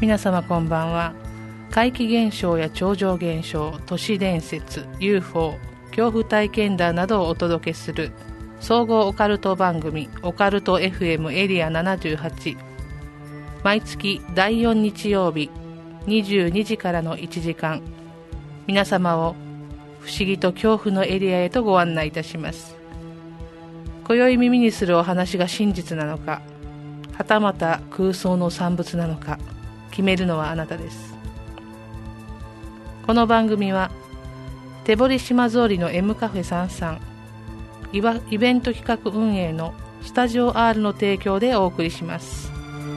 皆様こんばんは。怪奇現象や超常現象、都市伝説、 UFO、 恐怖体験談などをお届けする総合オカルト番組、オカルト FM エリア78。毎月第4日曜日22時からの1時間、皆様を不思議と恐怖のエリアへとご案内いたします。今宵耳にするお話が真実なのか、はたまた空想の産物なのか、決めるのはあなたです。この番組は手堀島通りの M カフェ33イベント企画運営のスタジオ R の提供でお送りします。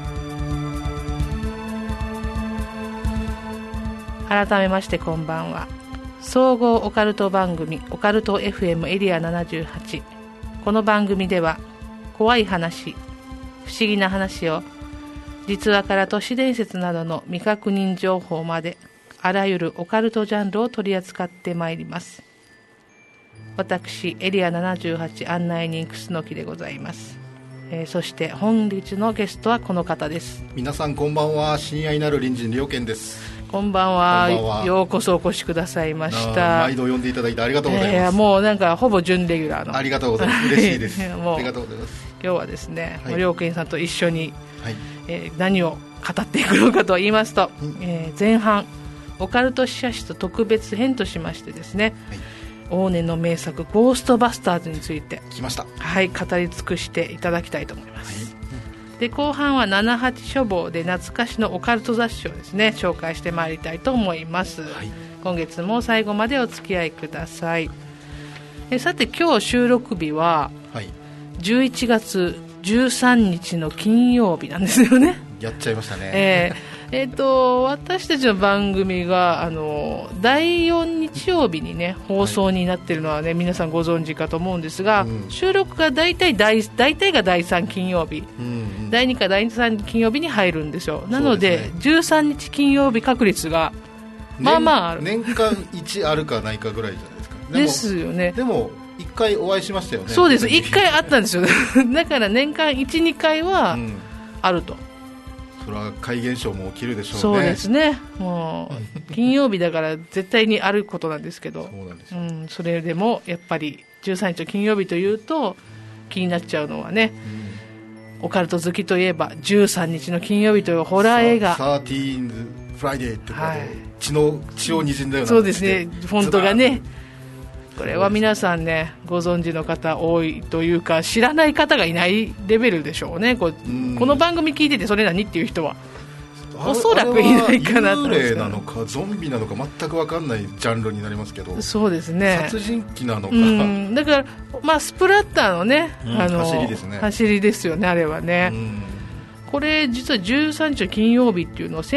改めましてこんばんは。総合オカルト番組オカルト FM エリア78。この番組では怖い話、不思議な話を実話から都市伝説などの未確認情報まで、あらゆるオカルトジャンルを取り扱ってまいります。私エリア78案内人楠木でございます。そして本日のゲストはこの方です。 皆さんこんばんは。親愛なる隣人良健です。 こんばんは。ようこそお越しくださいました。 毎度呼んでいただいてありがとうございます。 もうなんかほぼ準レギュラーの。 ありがとうございます。嬉しいですもうありがとうございます。 今日はですね、 はい、 良健さんと一緒に、 はい、 何を語っていくのかと言いますと、前半オカルト試写室特別編としましてですね、はい、往年の名作ゴーストバスターズについて来ました、 はい、語り尽くしていただきたいと思います、はい、で後半は78書房で懐かしのオカルト雑誌をですね紹介してまいりたいと思います、はい、今月も最後までお付き合いください。さて今日収録日は11月13日の金曜日なんですよね。 やっちゃいましたね。 私たちの番組が第4日曜日にね放送になっているのはね、はい、皆さんご存知かと思うんですが、収録が大体が第3金曜日、第2か第3金曜日に入るんですよ。なので13日金曜日確率がまあまあある。 年間1あるかないかぐらいじゃないですか。 ですよね。 でも1回お会いしましたよね。 そうです、1回あったんですよだから年間 1,2 回はあると、 それは怪現象も起きるでしょうね。 そうですね。もう金曜日だから絶対にあることなんですけどそうなんですよ、 それでもやっぱり13日の金曜日というと気になっちゃうのはね、オカルト好きといえば13日の金曜日というホラー映画 13 Friday ってことで、はい、血をにじんだような、 そうですね、フォントがね、これは皆さんねご存知の方多いというか、知らない方がいないレベルでしょうね。この番組聞いててそれ何っていう人はおそらくいないかなと思います。 幽霊なのかゾンビなのか全く分かんないジャンルになりますけど、 そうですね、 殺人鬼なのか、 だから、スプラッターのね、 走りですね。 走りですよね、あれはね。これ実は13日の金曜日っていうのは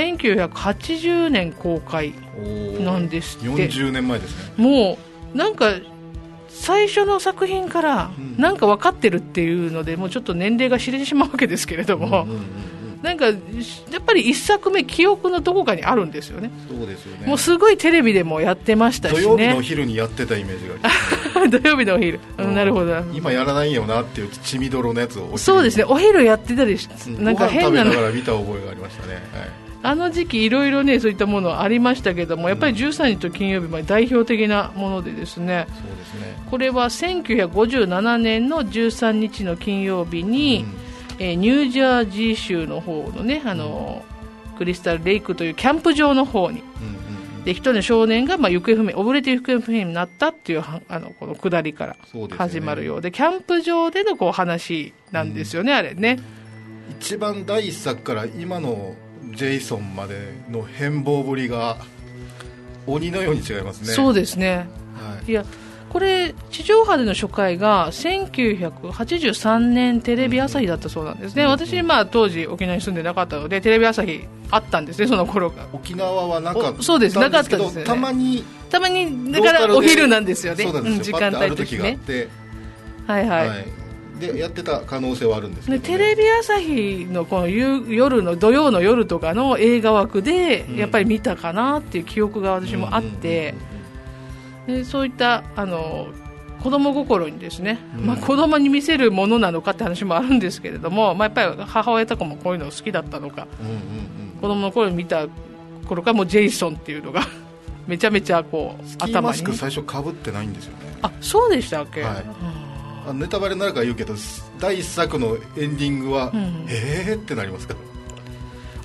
1980年公開なんですって。 40年前ですね。 もうなんか最初の作品からなんか分かってるっていうので、もうちょっと年齢が知れてしまうわけですけれども、なんかやっぱり1作目記憶のどこかにあるんですよね。 そうですよね。 もうすごいテレビでもやってましたしね。 土曜日のお昼にやってたイメージがあります、 土曜日のお昼、なるほど。 今やらないよなっていう血みどろのやつをそうですね、お昼やってたりなんか変なのご飯食べながら見た覚えがありましたね、はい、 あの時期いろいろねそういったものありましたけども、やっぱり13日と金曜日まで代表的なものでですね、 そうですね、 これは1957年の13日の金曜日に、ニュージャージー州の方のね、クリスタルレイクというキャンプ場の方に、で一人の少年が行方不明、溺れて行方不明になったっていうこの下りから始まるようで、キャンプ場での話なんですよね、あれね。 一番第一作から今のジェイソンまでの変貌ぶりが鬼のように違いますね。 そうですね、 はい、 いやこれ地上波での初回が1983年テレビ朝日だったそうなんですね。私、当時沖縄に住んでなかったのでテレビ朝日あったんですね、その頃が。 沖縄はなかったんですけど、 そうです、なかったですよね。 たまにだからお昼なんですよね。 そうなんですよ、 時間帯としてね。はいはい、はい、 でやってた可能性はあるんですけど、ね、 テレビ朝日のこの夜の土曜の夜とかの映画枠でやっぱり見たかなっていう記憶が私もあって、でそういった子供心にですね、子供に見せるものなのかって話もあるんですけれども、やっぱり母親とかもこういうの好きだったのか、 子供の頃に見た頃からもうジェイソンっていうのがめちゃめちゃこうスキー頭にマスク最初かぶってないんですよね。 あ、そうでしたっけ、 はい、ネタバレになるから言うけど第1作のエンディングは、ってなりますから。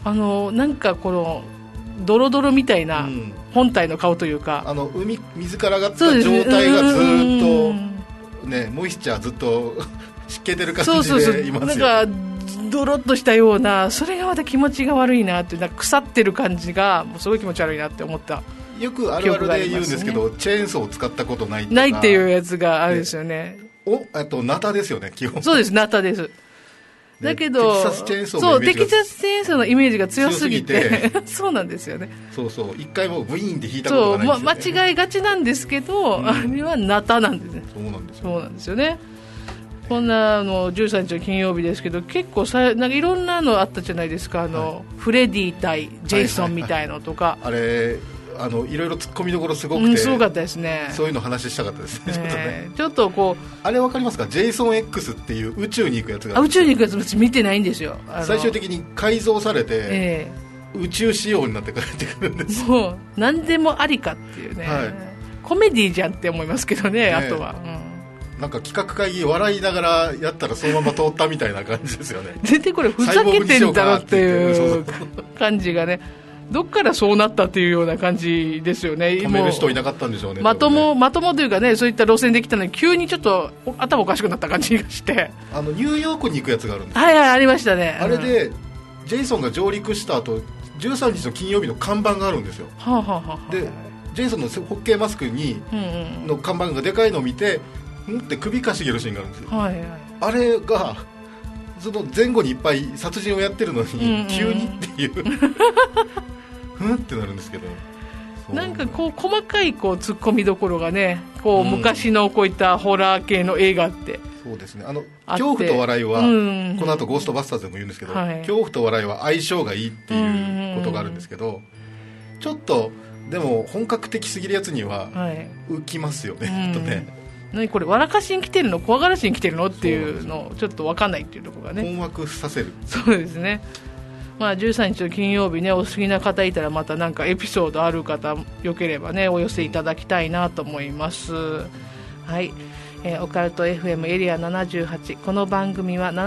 なんかこのドロドロみたいな本体の顔というか、 水から上がった状態がずっと、ね、モイスチャーずっと湿気てる感じでいますよ。 なんかドロッとしたような、それがまた気持ちが悪いなって、なんか腐ってる感じがもうすごい気持ち悪いなって思った。 よくあるあるで言うんですけど、チェーンソーを使ったことないとかないっていうやつがあるんですよね。 あとナタですよね、基本。 そうです、ナタです。だけどテキサスチェーンソーそう、テキサスチェーンソーのイメージが強すぎてそうなんですよね。 そうそう、一回もブイーンって弾いたことがないんですよね。 そう、間違いがちなんですけど、あれはナタなんですね。 そうなんですよ。 そうなんですよね。こんな13日の金曜日ですけど、結構なんかいろんなのあったじゃないですか。フレディ対ジェイソンみたいのとか、 あれいろいろ突っ込みどころすごくて、 すごかったですね。 そういうの話したかったですね。 ちょっとこう、 あれ分かりますか、ジェイソン X っていう宇宙に行くやつが。 宇宙に行くやつ別に見てないんですよ。 最終的に改造されて、宇宙仕様になって帰ってくるんです。 もう何でもありかっていうね、コメディじゃんって思いますけどね、あとは、 なんか企画会議笑いながらやったらそのまま通ったみたいな感じですよね。 絶対これふざけてんだろっていう感じがね、どっからそうなったっていうような感じですよね。 止める人いなかったんでしょうね。 まともというかね、そういった路線できたのに急にちょっと頭おかしくなった感じがして、 ニューヨークに行くやつがあるんです。 はいはい、ありましたね。 あれで、ジェイソンが上陸した後13日の金曜日の看板があるんですよ。でジェイソンのホッケーマスクに、の看板がでかいのを見てって首かしげるシーンがあるんですよ。あれがその前後にいっぱい殺人をやってるのに、急にっていうってなるんですけど、 なんかこう細かいこうツッコミどころがね、こう昔のこういったホラー系の映画って、 そうですね、恐怖と笑いは、この後ゴーストバスターズでも言うんですけど、恐怖と笑いは相性がいいっていうことがあるんですけど、ちょっとでも本格的すぎるやつには浮きますよね、とね。 何これ、笑かしに来てるの、怖がらしに来てるのっていうのをちょっと分かんないっていうところがね、 困惑させる。 そうですね。13日の金曜日ね、お好きな方いたらまたなんかエピソードある方よければね、お寄せいただきたいなと思います。はい、オカルト FM エリア78、この番組は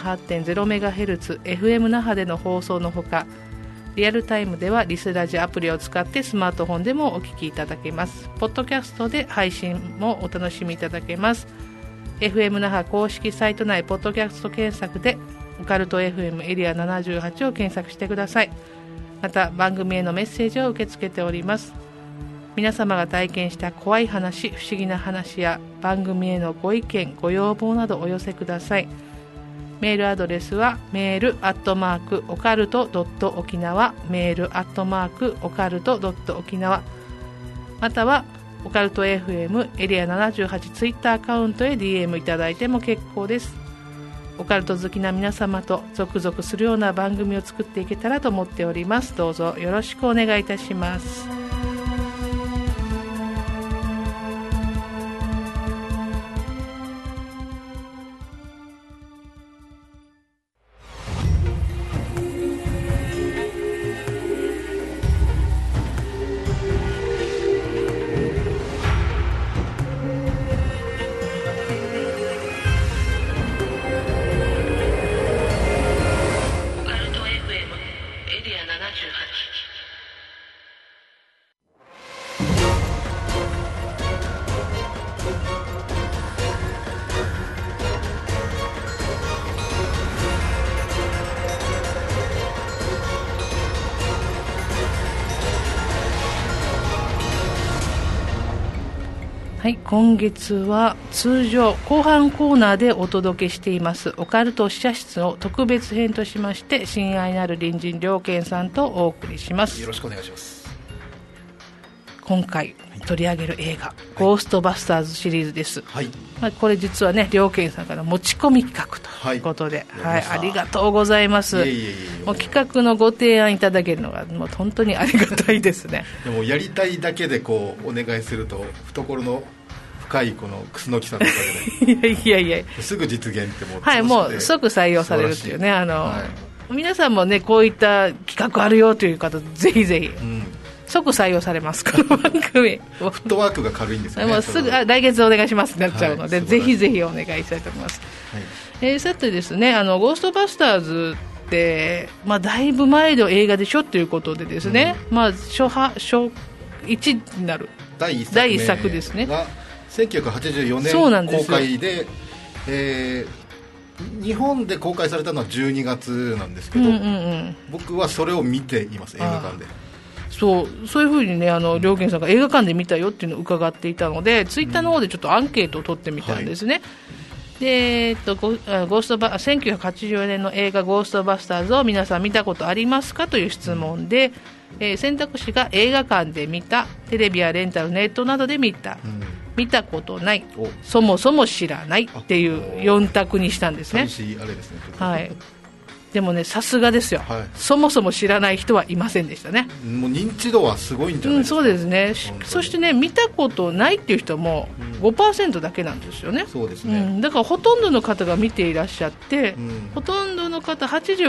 78.0MHz FM 那覇での放送のほか、リアルタイムではリスラジアプリを使ってスマートフォンでもお聞きいただけます。ポッドキャストで配信もお楽しみいただけます。 FM 那覇公式サイト内ポッドキャスト検索でオカルト FM エリア78を検索してください。また番組へのメッセージを受け付けております。皆様が体験した怖い話、不思議な話や番組へのご意見ご要望などお寄せください。メールアドレスはメールオカルト沖縄、メールオカルト沖縄、またはオカルト FM エリア78ツイッターアカウントへ DM いただいても結構です。オカルト好きな皆様とゾクゾクするような番組を作っていけたらと思っております。どうぞよろしくお願いいたします。はい、今月は通常後半コーナーでお届けしていますオカルト試写室の特別編としまして、親愛なる隣人良健さんとお送りします。 よろしくお願いします。 今回取り上げる映画、ゴーストバスターズシリーズです。 はい、 これ実はね、良健さんから持ち込み企画ということで、ありがとうございます。もう企画のご提案いただけるのがもう本当にありがたいですね。 でもやりたいだけでこうお願いすると懐の深いこの楠木さんのおかげでいやすぐ実現ってもう、 もう即採用されるっていうね、 皆さんもねこういった企画あるよという方ぜひぜひ、即採用されますこの番組フットワークが軽いんですよね。 もうすぐ来月お願いしますってなっちゃうので、ぜひぜひお願いしたいと思います。さてですね、ゴーストバスターズって、だいぶ前の映画でしょということでですね、初1になる第1作ですね。 1984年公開で、日本で公開されたのは12月なんですけど、僕はそれを見ています、映画館で。 そういうふうにね、良健さんが映画館で見たよっていうのを伺っていたので、ツイッターの方でちょっとアンケートを取ってみたんですね。で1984年の映画ゴーストバスターズを皆さん見たことありますかという質問で、選択肢が映画館で見た、テレビやレンタル、ネットなどで見た、見たことない、そもそも知らないっていう4択にしたんですね。 寂しいあれですね。 はい。でもね、さすがですよ、そもそも知らない人はいませんでしたね。 もう認知度はすごいんじゃないですか。 そうですね。そしてね、見たことないっていう人も 5% だけなんですよね。 そうですね。 だからほとんどの方が見ていらっしゃって、ほとんどの方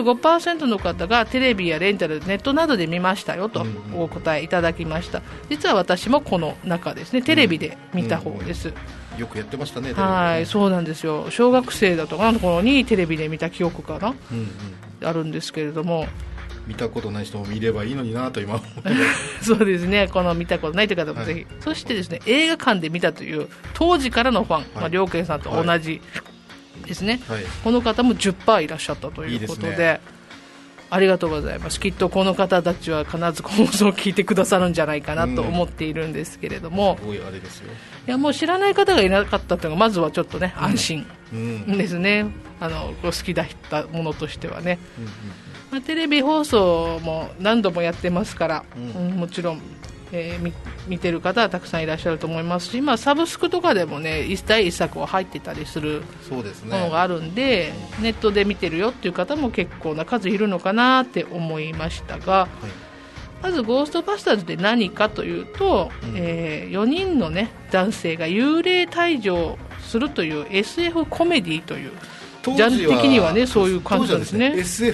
85% の方がテレビやレンタル、ネットなどで見ましたよとお答えいただきました。実は私もこの中ですね、テレビで見た方です。 よくやってましたね。 はい、そうなんですよ。小学生だとかの頃にテレビで見た記憶かな、あるんですけれども、 見たことない人も見ればいいのになと今思ってそうですね、この見たことないという方もぜひ、そしてですね、映画館で見たという当時からのファン、良健さんと同じですね、この方も 10% いらっしゃったということで、ありがとうございます。きっとこの方たちは必ず放送を聞いてくださるんじゃないかなと思っているんですけれども、 すごいあれですよ。 いや、もう知らない方がいなかったというのがまずはちょっとね、安心ですね、好きだったものとしてはね、テレビ放送も何度もやってますから、もちろん、見てる方はたくさんいらっしゃると思いますし、サブスクとかでもね、第1作は入ってたりするものがあるんで、ネットで見てるよっていう方も結構な数いるのかなって思いましたが、まずゴーストバスターズって何かというと、4人の、ね、男性が幽霊退場するという SF コメディというジャンル的にはね、そういう感じなんですね。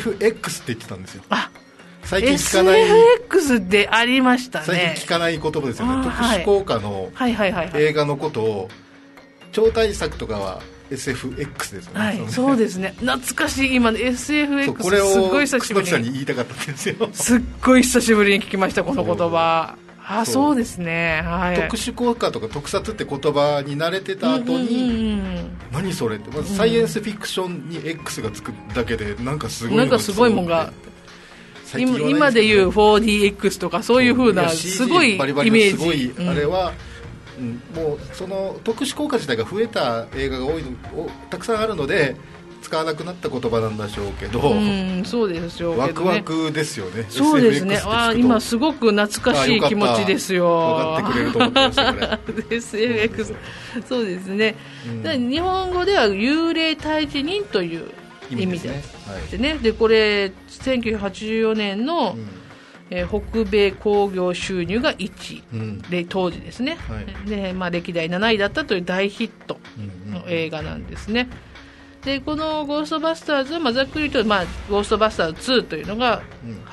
SFX って言ってたんですよ。 最近聞かない SFX ってありましたね。 最近聞かない言葉ですよね。特殊効果の映画のことを、超大作とかは SFX ですよね。 そうですね。懐かしい。今の SFX これをすっごい久しぶり楠木さんに言いたかったんですよ。 すっごい久しぶりに聞きました、この言葉。そうですね、 特殊効果とか特撮って言葉に慣れてた後に、何それって、まずサイエンスフィクションに X がつくだけでなんかすごいもんが、 今でいう 4DX とかそういう風なすごいイメージ、 すごいあれは、もうその特殊効果自体が増えた映画がたくさんあるので使わなくなった言葉なんでしょうけど、 そうですよ、 ワクワクですよね。 そうですね。今すごく懐かしい気持ちですよ。 分かってくれると思ってましたこれ。 SFX そうですね。日本語では幽霊退治人という意味ですね。でこれ1984年の、北米興行収入が1位、で当時ですね、で歴代7位だったという大ヒットの映画なんですね。でこのゴーストバスターズは、ざっくりと、ゴーストバスターズ2というのが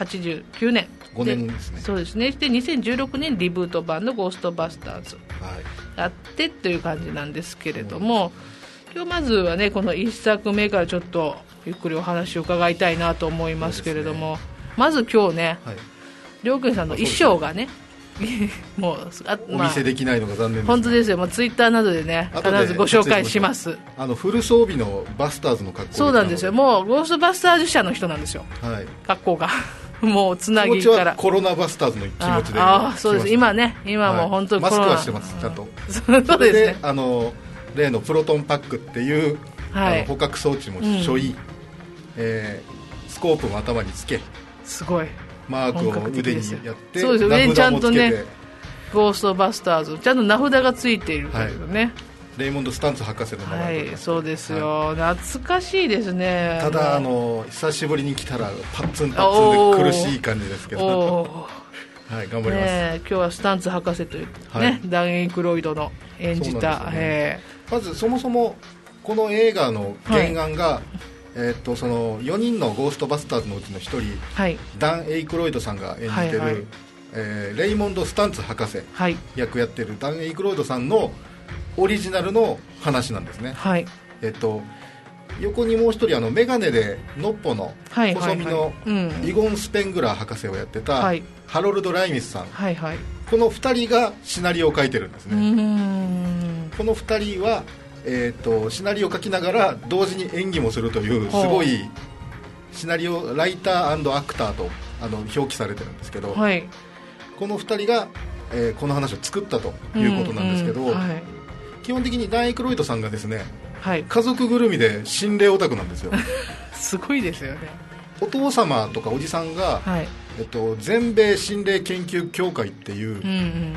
89年、 5年ですね。 そうですね。で2016年リブート版のゴーストバスターズがあってという感じなんですけれども、今日まずはね、この1作目からちょっとゆっくりお話を伺いたいなと思いますけれども、まず今日ね、りょうくんさんの衣装がね、もうお見せできないのが残念です、 本当ですよ。ツイッターなどでね、必ずご紹介します。 フル装備のバスターズの格好。 そうなんですよ。もうゴーストバスターズ社の人なんですよ、格好がもうつなぎから。 気持ちはコロナバスターズの気持ちで。 そうです。今もう本当にマスクはしてます、ちゃんと。 そうですね。 例のプロトンパックっていう、捕獲装置も所有、スコープも頭につけ、 すごいマークを腕にやって、 そうですよね、ちゃんとね、ゴーストバスターズちゃんと名札がついているというね、 レイモンド・スタンツ博士の名前、 そうですよ、懐かしいですね。 ただ久しぶりに来たらパッツンパッツンで苦しい感じですけど、頑張ります。今日はスタンツ博士というね、ダン・エイクロイドの演じた、 まずそもそもこの映画の原案が、 その4人のゴーストバスターズのうちの1人、はい、ダン・エイクロイドさんが演じてる、はいはい、レイモンド・スタンツ博士役やってるダン・エイクロイドさんのオリジナルの話なんですね、はい、横にもう一人メガネでノッポの細身のイゴン・スペングラー博士をやってたハロルド・ライミスさん、はいはい、この2人がシナリオを書いてるんですね。この2人は、シナリオを書きながら同時に演技もするというすごいシナリオライター&アクターと表記されてるんですけど、はい、この2人が、この話を作ったということなんですけど、はい、基本的にダン・エイクロイドさんがですね、はい、家族ぐるみで心霊オタクなんですよすごいですよね。 お父様とかおじさんが、はい、全米心霊研究協会っていう、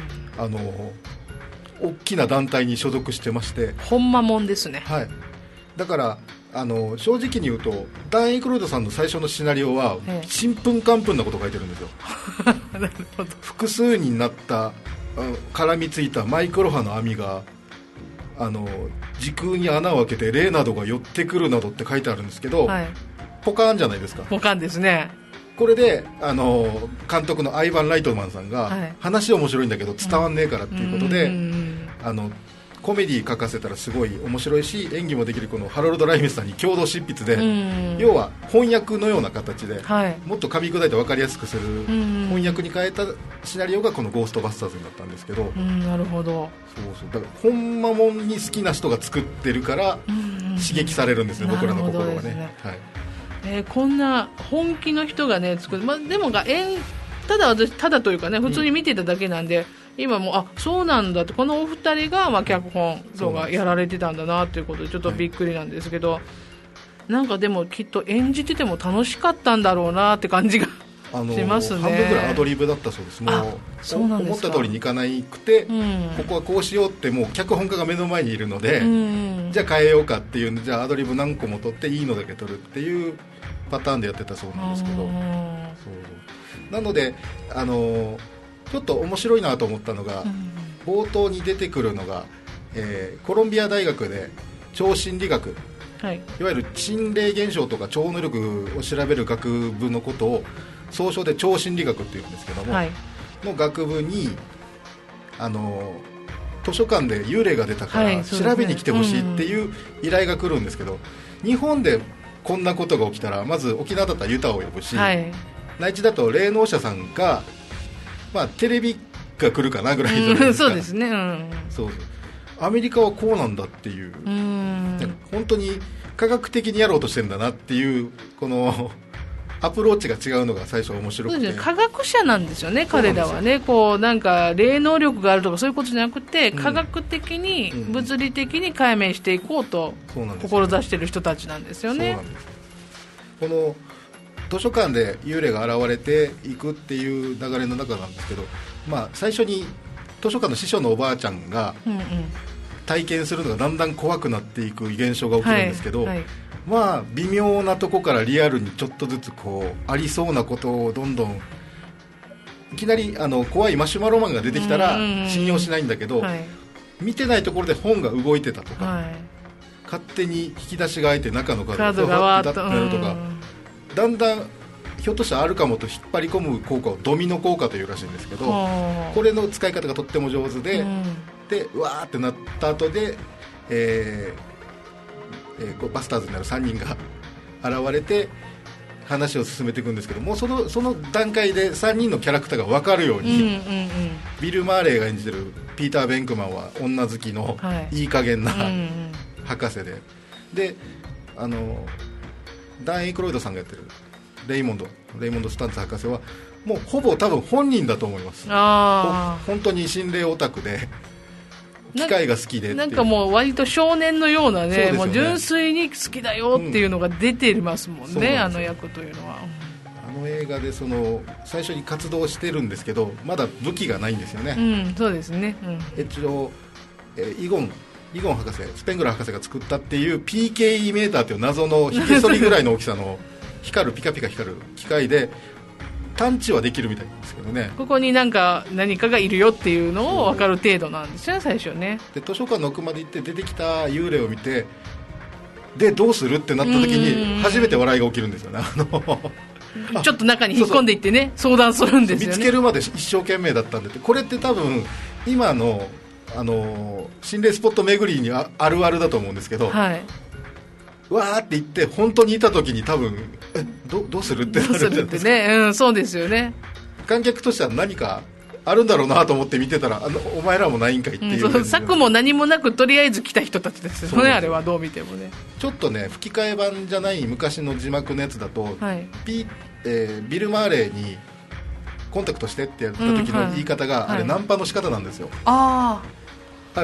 大きな団体に所属してまして、 ほんまもんですね、 はい、だから正直に言うとダン・エイクロイドさんの最初のシナリオはちんぷんかんぷんなことを書いてるんですよなるほど。 複数になった絡みついたマイクロ波の網が時空に穴を開けて霊などが寄ってくるなどって書いてあるんですけど、はい、ポカーンじゃないですか。 ポカーンですね。 これで監督のアイバン・ライトマンさんが、はい、話面白いんだけど伝わんねえからっていうことで、コメディ書かせたらすごい面白いし演技もできるこのハロルド・ライミスさんに共同執筆で、要は翻訳のような形で、はい、もっと噛み砕いて分かりやすくする翻訳に変えたシナリオがこのゴーストバスターズになったんですけど、 なるほど。 そうだからほんまもんに好きな人が作ってるから刺激されるんですね、僕らの心がね。はい、 こんな本気の人がね作る、でもただというかね普通に見てただけなんで、今もそうなんだって、このお二人が脚本とかやられてたんだなということでちょっとびっくりなんですけど、はい、なんかでもきっと演じてても楽しかったんだろうなって感じがしますね。 半分ぐらいアドリブだったそうです。もうそうなんですか。思った通りにいかなくて、ここはこうしようってもう脚本家が目の前にいるので、じゃあ変えようかっていうじゃあアドリブ何個も取っていいのだけ取るっていうパターンでやってたそうなんですけど、そうなのでちょっと面白いなと思ったのが、冒頭に出てくるのが、コロンビア大学で超心理学、はい、いわゆる心霊現象とか超能力を調べる学部のことを総称で超心理学っていうんですけども、はい、の学部に図書館で幽霊が出たから調べに来てほしいっていう依頼が来るんですけど、日本でこんなことが起きたらまず沖縄だったらユタを呼ぶし、はい、内地だと霊能者さんがテレビが来るかなぐらいじゃないですか。 そうですね、 そうアメリカはこうなんだっていう、本当に科学的にやろうとしてるんだなっていうこのアプローチが違うのが最初面白くて、 そうですね、科学者なんですよね彼らはね。こうなんか霊能力があるとかそういうことじゃなくて、科学的に、物理的に解明していこうと志している人たちなんですよね。 そうなんです。この図書館で幽霊が現れていくっていう流れの中なんですけど、最初に図書館の師匠のおばあちゃんが体験するのがだんだん怖くなっていく現象が起きるんですけど、微妙なとこからリアルにちょっとずつありそうなことをどんどんいきなり怖いマシュマロマンが出てきたら信用しないんだけど、見てないところで本が動いてたとか、勝手に引き出しが開いて中のカードがわーっとなるとか、だんだんひょっとしたらあるかもと引っ張り込む効果をドミノ効果というらしいんですけど、これの使い方がとっても上手で、でわーってなった後で、バスターズになる3人が現れて話を進めていくんですけども、その段階で3人のキャラクターが分かるように、ビル・マーレーが演じてるピーター・ベンクマンは女好きのいい加減な、博士で、ダン・エイクロイドさんがやってるレイモンド・スタンツ博士はもうほぼ多分本人だと思います。本当に心霊オタクで機械が好きで、 なんかもう割と少年のような ね、もう純粋に好きだよっていうのが出てますもんね、あの役というのは。 あの映画で最初に活動してるんですけど、まだ武器がないんですよね。 そうですね、 イゴン博士、スペングラー博士が作ったっていう PKE メーターっていう謎のひげ剃りぐらいの大きさのピカピカ光る機械で探知はできるみたいなんですけどね。 ここに何かがいるよっていうのを分かる程度なんですよね、最初ね。 で図書館の奥まで行って出てきた幽霊を見て、 でどうするってなった時に初めて笑いが起きるんですよね。 ちょっと中に引っ込んでいってね、相談するんですよね。 見つけるまで一生懸命だったんで、これって多分今の、心霊スポット巡りにあるあるだと思うんですけど、はい、わーって言って本当にいた時に多分どうするってなるじゃないですか。 ね、そうですよね。 観客としては何かあるんだろうなと思って見てたら、お前らもないんかいっていう、 策も何もなくとりあえず来た人たちですよね。あれはどう見てもね。 ちょっとね吹き替え版じゃない昔の字幕のやつだと、はい、ビル・マーレーにコンタクトしてってやった時の言い方が、あれナンパの仕方なんですよ。はい、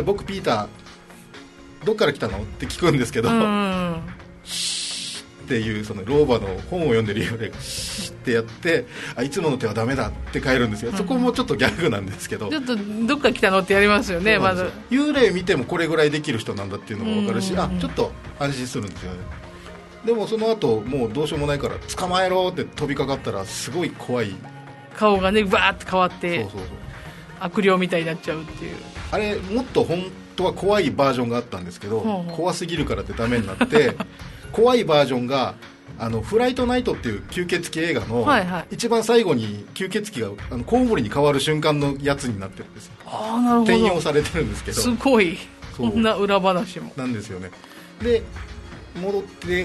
僕ピーターどっから来たのって聞くんですけど、シーっていうその老婆の本を読んでるようでシーってやって、いつもの手はダメだって帰るんですよ。そこもちょっとギャグなんですけど、 ちょっとどっから来たのってやりますよね。まず幽霊見てもこれぐらいできる人なんだっていうのが分かるし、ちょっと安心するんですよね。でもその後もうどうしようもないから捕まえろって飛びかかったらすごい怖い、 顔がねバーって変わって、そう悪霊みたいになっちゃうっていう。 あれもっと本当は怖いバージョンがあったんですけど、怖すぎるからってダメになって怖いバージョンがフライトナイトっていう吸血鬼映画の一番最後に吸血鬼がコウモリに変わる瞬間のやつになってるんですよ。 なるほど。 転用されてるんですけど、 すごいそんな裏話もなんですよね。で戻って、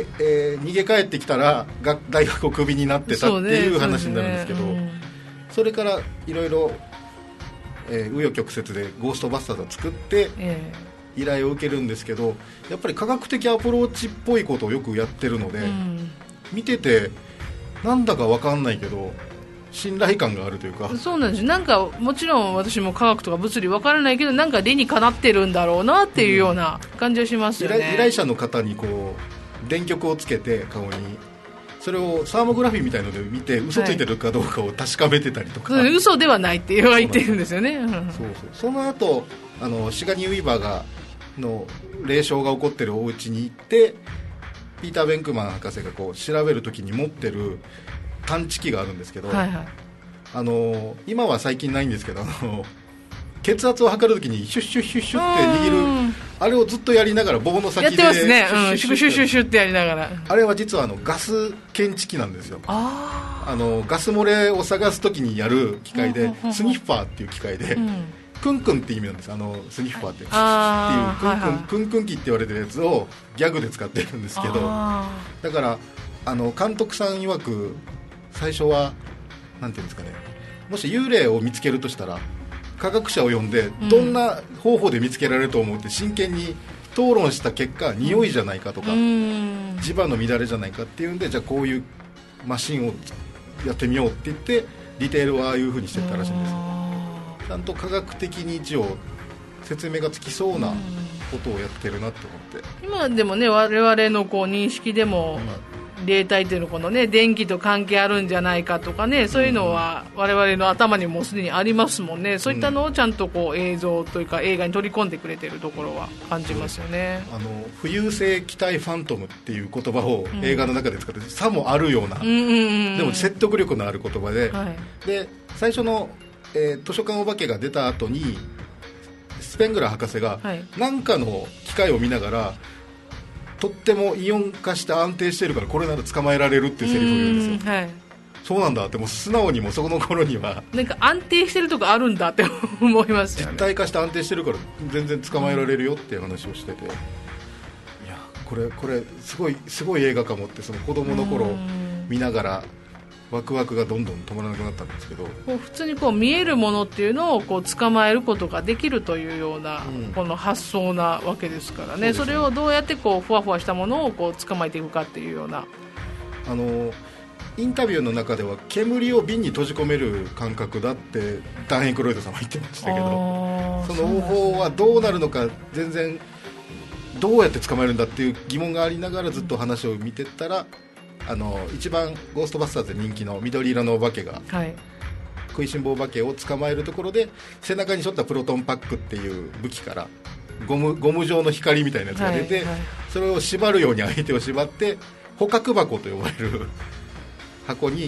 逃げ帰ってきたら大学をクビになってたっていう話になるんですけど、それからいろいろ紆余曲折でゴーストバスターズを作って依頼を受けるんですけど、やっぱり科学的アプローチっぽいことをよくやってるので、見ててなんだか分かんないけど信頼感があるというか。 そうなんです。なんかもちろん私も科学とか物理分からないけど、なんか理にかなってるんだろうなっていうような感じはしますよね。 依頼者の方にこう電極をつけて顔にそれをサーモグラフィーみたいので見て嘘ついてるかどうかを確かめてたりとか、 嘘ではないって言ってるんですよね。 その後シガニー・ウィーバーの霊障が起こってるお家に行って、ピーター・ベンクマン博士がこう調べるときに持ってる探知機があるんですけど、今は最近ないんですけど、血圧を測るときにシュッシュッシュッシュッって握るあれをずっとやりながら棒の先でやってますね。シュッシュッシュッシュッってやりながら、 あれは実はガス検知器なんですよ。ガス漏れを探すときにやる機械で、スニッファーっていう機械で、クンクンって意味なんです。スニッファーっていうクンクン機って言われてるやつをギャグで使ってるんですけど、だから監督さん曰く最初はなんていうんですかね、もし幽霊を見つけるとしたら科学者を呼んでどんな方法で見つけられると思って真剣に討論した結果、匂いじゃないかとか磁場の乱れじゃないかっていうんで、じゃあこういうマシンをやってみようって言ってディテールはああいう風にしてったらしいんですよ。ちゃんと科学的に一応説明がつきそうなことをやってるなと思って、 今でもね我々のこう認識でも、霊体というのこのね電気と関係あるんじゃないかとかね、そういうのは我々の頭にもすでにありますもんね。そういったのをちゃんとこう映像というか映画に取り込んでくれてるところは感じますよね。 浮遊性気体ファントムっていう言葉を映画の中で使って、さもあるような、でも説得力のある言葉で、で最初の図書館お化けが出た後にスペングラー博士が何かの機械を見ながら、とってもイオン化して安定してるからこれなら捕まえられるっていうセリフを言うんですよ。そうなんだって、もう素直にもそこの頃にはなんか安定してるとこあるんだって思いますよね。 実体化して安定してるから全然捕まえられるよっていう話をしてて、いやこれすごい映画かもって、その子供の頃見ながらワクワクがどんどん止まらなくなったんですけど、 普通にこう見えるものっていうのをこう捕まえることができるというような、この発想なわけですからね。それをどうやってこうふわふわしたものをこう捕まえていくかっていうような、 インタビューの中では煙を瓶に閉じ込める感覚だってダン・エイクロイドさんは言ってましたけど、その方法はどうなるのか全然どうやって捕まえるんだっていう疑問がありながらずっと話を見てたら、一番ゴーストバスターズで人気の緑色のお化けが、食いしん坊お化けを捕まえるところで背中に背負ったプロトンパックっていう武器からゴム状の光みたいなやつが出て、それを縛るように相手を縛って捕獲箱と呼ばれる箱に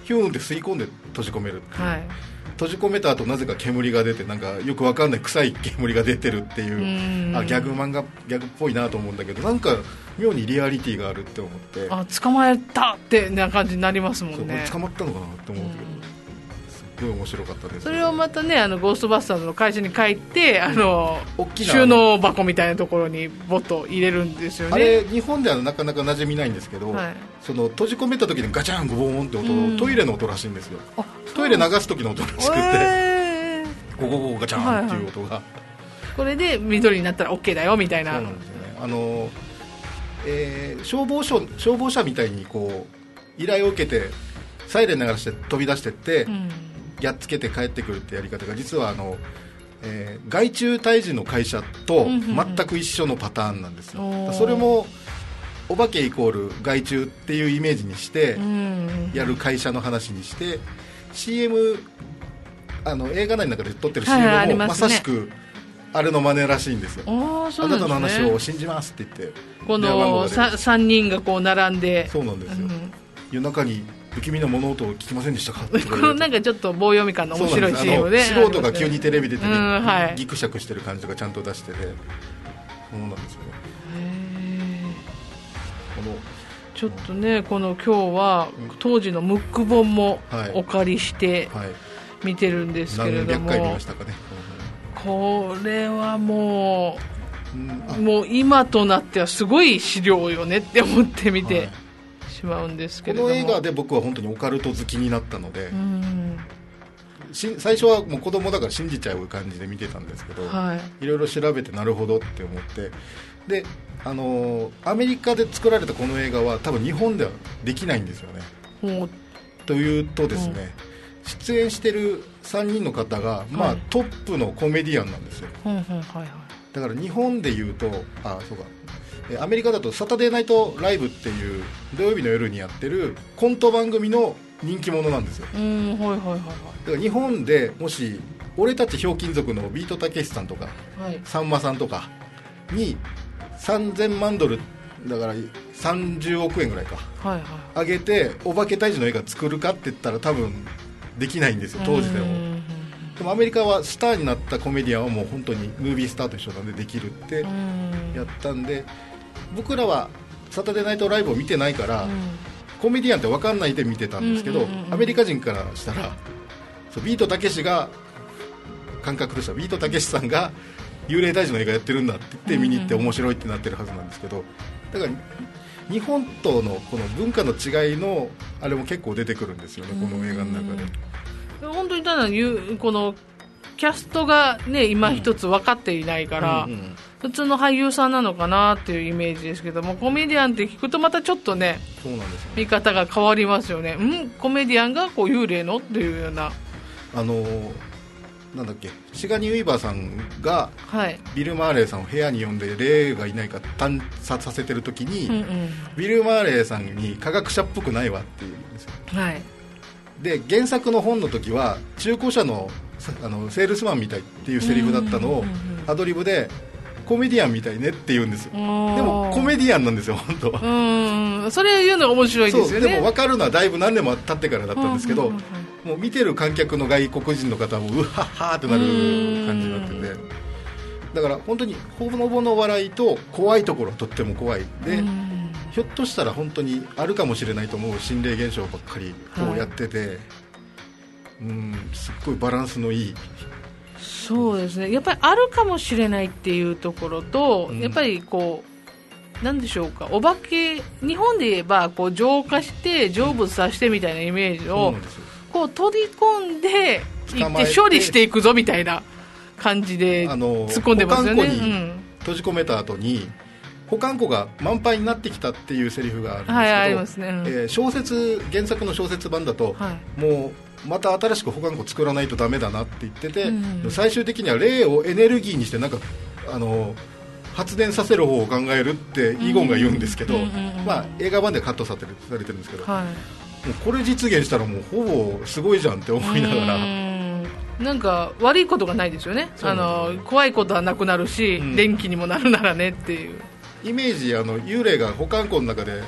ヒューンって吸い込んで閉じ込めるっていう、はい、閉じ込めた後なぜか煙が出てなんかよくわかんない臭い煙が出てるっていう、ギャグ漫画ギャグっぽいなと思うんだけどなんか妙にリアリティがあるって思って、 捕まえたってな感じになりますもんね。 捕まったのかなって思うけど、すっごい面白かったです。 それをまたねゴーストバスターズの会社に帰って大きな収納箱みたいなところにボッと入れるんですよね。 あれ日本ではなかなか馴染みないんですけど、はい、その閉じ込めた時にガチャンゴボーンって音、トイレの音らしいんですよ。トイレ流す時の音らしくて、ゴゴゴガチャンっていう音が、 これで緑になったら OK だよみたいな。 そうなんですよね。消防車みたいにこう依頼を受けてサイレン流して飛び出してって、やっつけて帰ってくるってやり方が実は害虫退治の会社と全く一緒のパターンなんですよ。それもお化けイコール害虫っていうイメージにしてやる会社の話にして、CM 映画内の中で撮ってる CM もまさしくあれの真似らしいんですよ。あなたの話を信じますって言ってこの3人がこう並んで、 そうなんですよ、夜中に不気味な物音を聞きませんでしたかってこのなんかちょっと棒読み感の面白い CM で、 素人が急にテレビ出てギクシャクしてる感じがちゃんと出してて、そうなんですよね。 ちょっとねこの今日は当時のムック本もお借りして見てるんですけれども、 何百回見ましたかね。 これはもう今となってはすごい資料よねって思って見てしまうんですけれども、 この映画で僕は本当にオカルト好きになったので、最初はもう子供だから信じちゃう感じで見てたんですけど、いろいろ調べてなるほどって思って、でアメリカで作られたこの映画は多分日本ではできないんですよね。というとですね、出演してる3人の方が、トップのコメディアンなんですよ。だから日本でいうとそうか、アメリカだとサタデーナイトライブっていう土曜日の夜にやってるコント番組の人気者なんですよ。だから日本でもし俺たちひょうきん族のビートたけしさんとか、さんまさんとかに3000万ドルだから30億円ぐらいか、上げてお化け退治の映画作るかって言ったら多分できないんですよ当時でも。でもアメリカはスターになったコメディアンはもう本当にムービースターと一緒なんでできるってやったんで、僕らはサタデーナイトライブを見てないから、コメディアンって分かんないで見てたんですけど、アメリカ人からしたらビートたけしが感覚としてはビートたけしさんが幽霊退治の映画やってるんだって言って見に行って面白いってなってるはずなんですけど、だから日本とのこの文化の違いのあれも結構出てくるんですよね、この映画の中で。 本当にただこのキャストがね今一つ分かっていないから、普通の俳優さんなのかなっていうイメージですけども、コメディアンって聞くとまたちょっとね、 そうなんですよね、 見方が変わりますよね。コメディアンがこう幽霊のっていうような、 なんだっけ、シガニー・ウィーバーさんがビル・マーレーさんを部屋に呼んで霊がいないか探査させてる時に、ビル・マーレーさんに科学者っぽくないわって言うんですよ。で原作の本の時は中古車のセールスマンみたいっていうセリフだったのをアドリブでコメディアンみたいねって言うんですよ。でもコメディアンなんですよ本当は。 それを言うのが面白いですよね。 でも分かるのはだいぶ何年も経ってからだったんですけど、もう見てる観客の外国人の方もうはっはーってなる感じになってて、だから本当にほのぼの笑いと怖いところはとっても怖いで、ひょっとしたら本当にあるかもしれないと思う心霊現象ばっかりこうやってて、すっごいバランスのいい。 そうですね、やっぱりあるかもしれないっていうところと、やっぱりこうなんでしょうか、お化け日本で言えばこう浄化して成仏させてみたいなイメージをこう取り込んでいって処理していくぞみたいな感じで突っ込んでますよね。 保管庫に閉じ込めた後に保管庫が満杯になってきたっていうセリフがあるんですけど、原作の小説版だと、もうまた新しく保管庫作らないとダメだなって言ってて、最終的には霊をエネルギーにしてなんか発電させる方を考えるってイゴンが言うんですけど、映画版でカットされてるんですけど、もうこれ実現したらもうほぼすごいじゃんって思いながら、 なんか悪いことがないですよね。怖いことはなくなるし、電気にもなるならねっていうイメージ。幽霊が保管庫の中で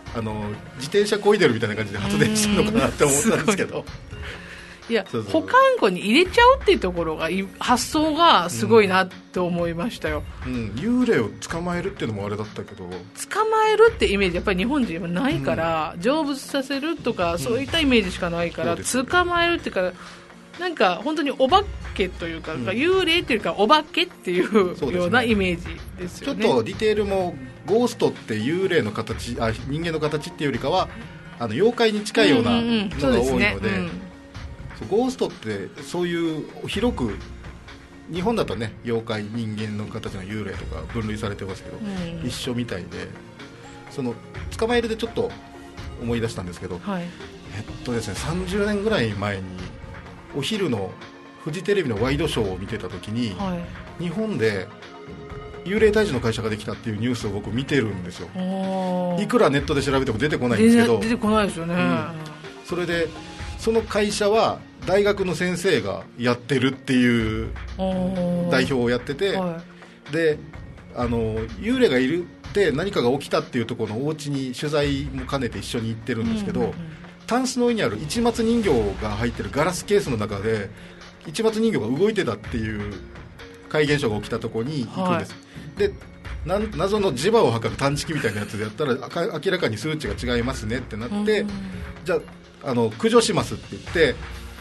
自転車こいでるみたいな感じで発電してるのかなって思ったんですけど、 いや、保管庫に入れちゃうっていうところが発想がすごいなって思いましたよ、 幽霊を捕まえるっていうのもあれだったけど、 捕まえるってイメージやっぱり日本人はないから、成仏させるとかそういったイメージしかないから、捕まえるっていうかなんか本当にお化けというか、幽霊っていうかお化けっていうようなイメージですよね。 ちょっとディテールもゴーストって幽霊の形、人間の形っていうよりかは妖怪に近いようなのが多いので、ゴーストってそういう広く日本だとね、妖怪、人間の形の幽霊とか分類されてますけど、一緒みたいで、その捕まえるでちょっと思い出したんですけど、ですね、30年ぐらい前にお昼のフジテレビのワイドショーを見てた時に、日本で幽霊退治の会社ができたっていうニュースを僕見てるんですよ。いくらネットで調べても出てこないんですけど、 出てこないですよね、 それでその会社は大学の先生がやってるっていう代表をやってて、で幽霊がいるって何かが起きたっていうところのお家に取材も兼ねて一緒に行ってるんですけど、タンスの上にある市松人形が入ってるガラスケースの中で市松人形が動いてたっていう怪現象が起きたところに行くんです、で謎の磁場を測る探知機みたいなやつでやったら明らかに数値が違いますねってなって、じゃあ駆除しますって言って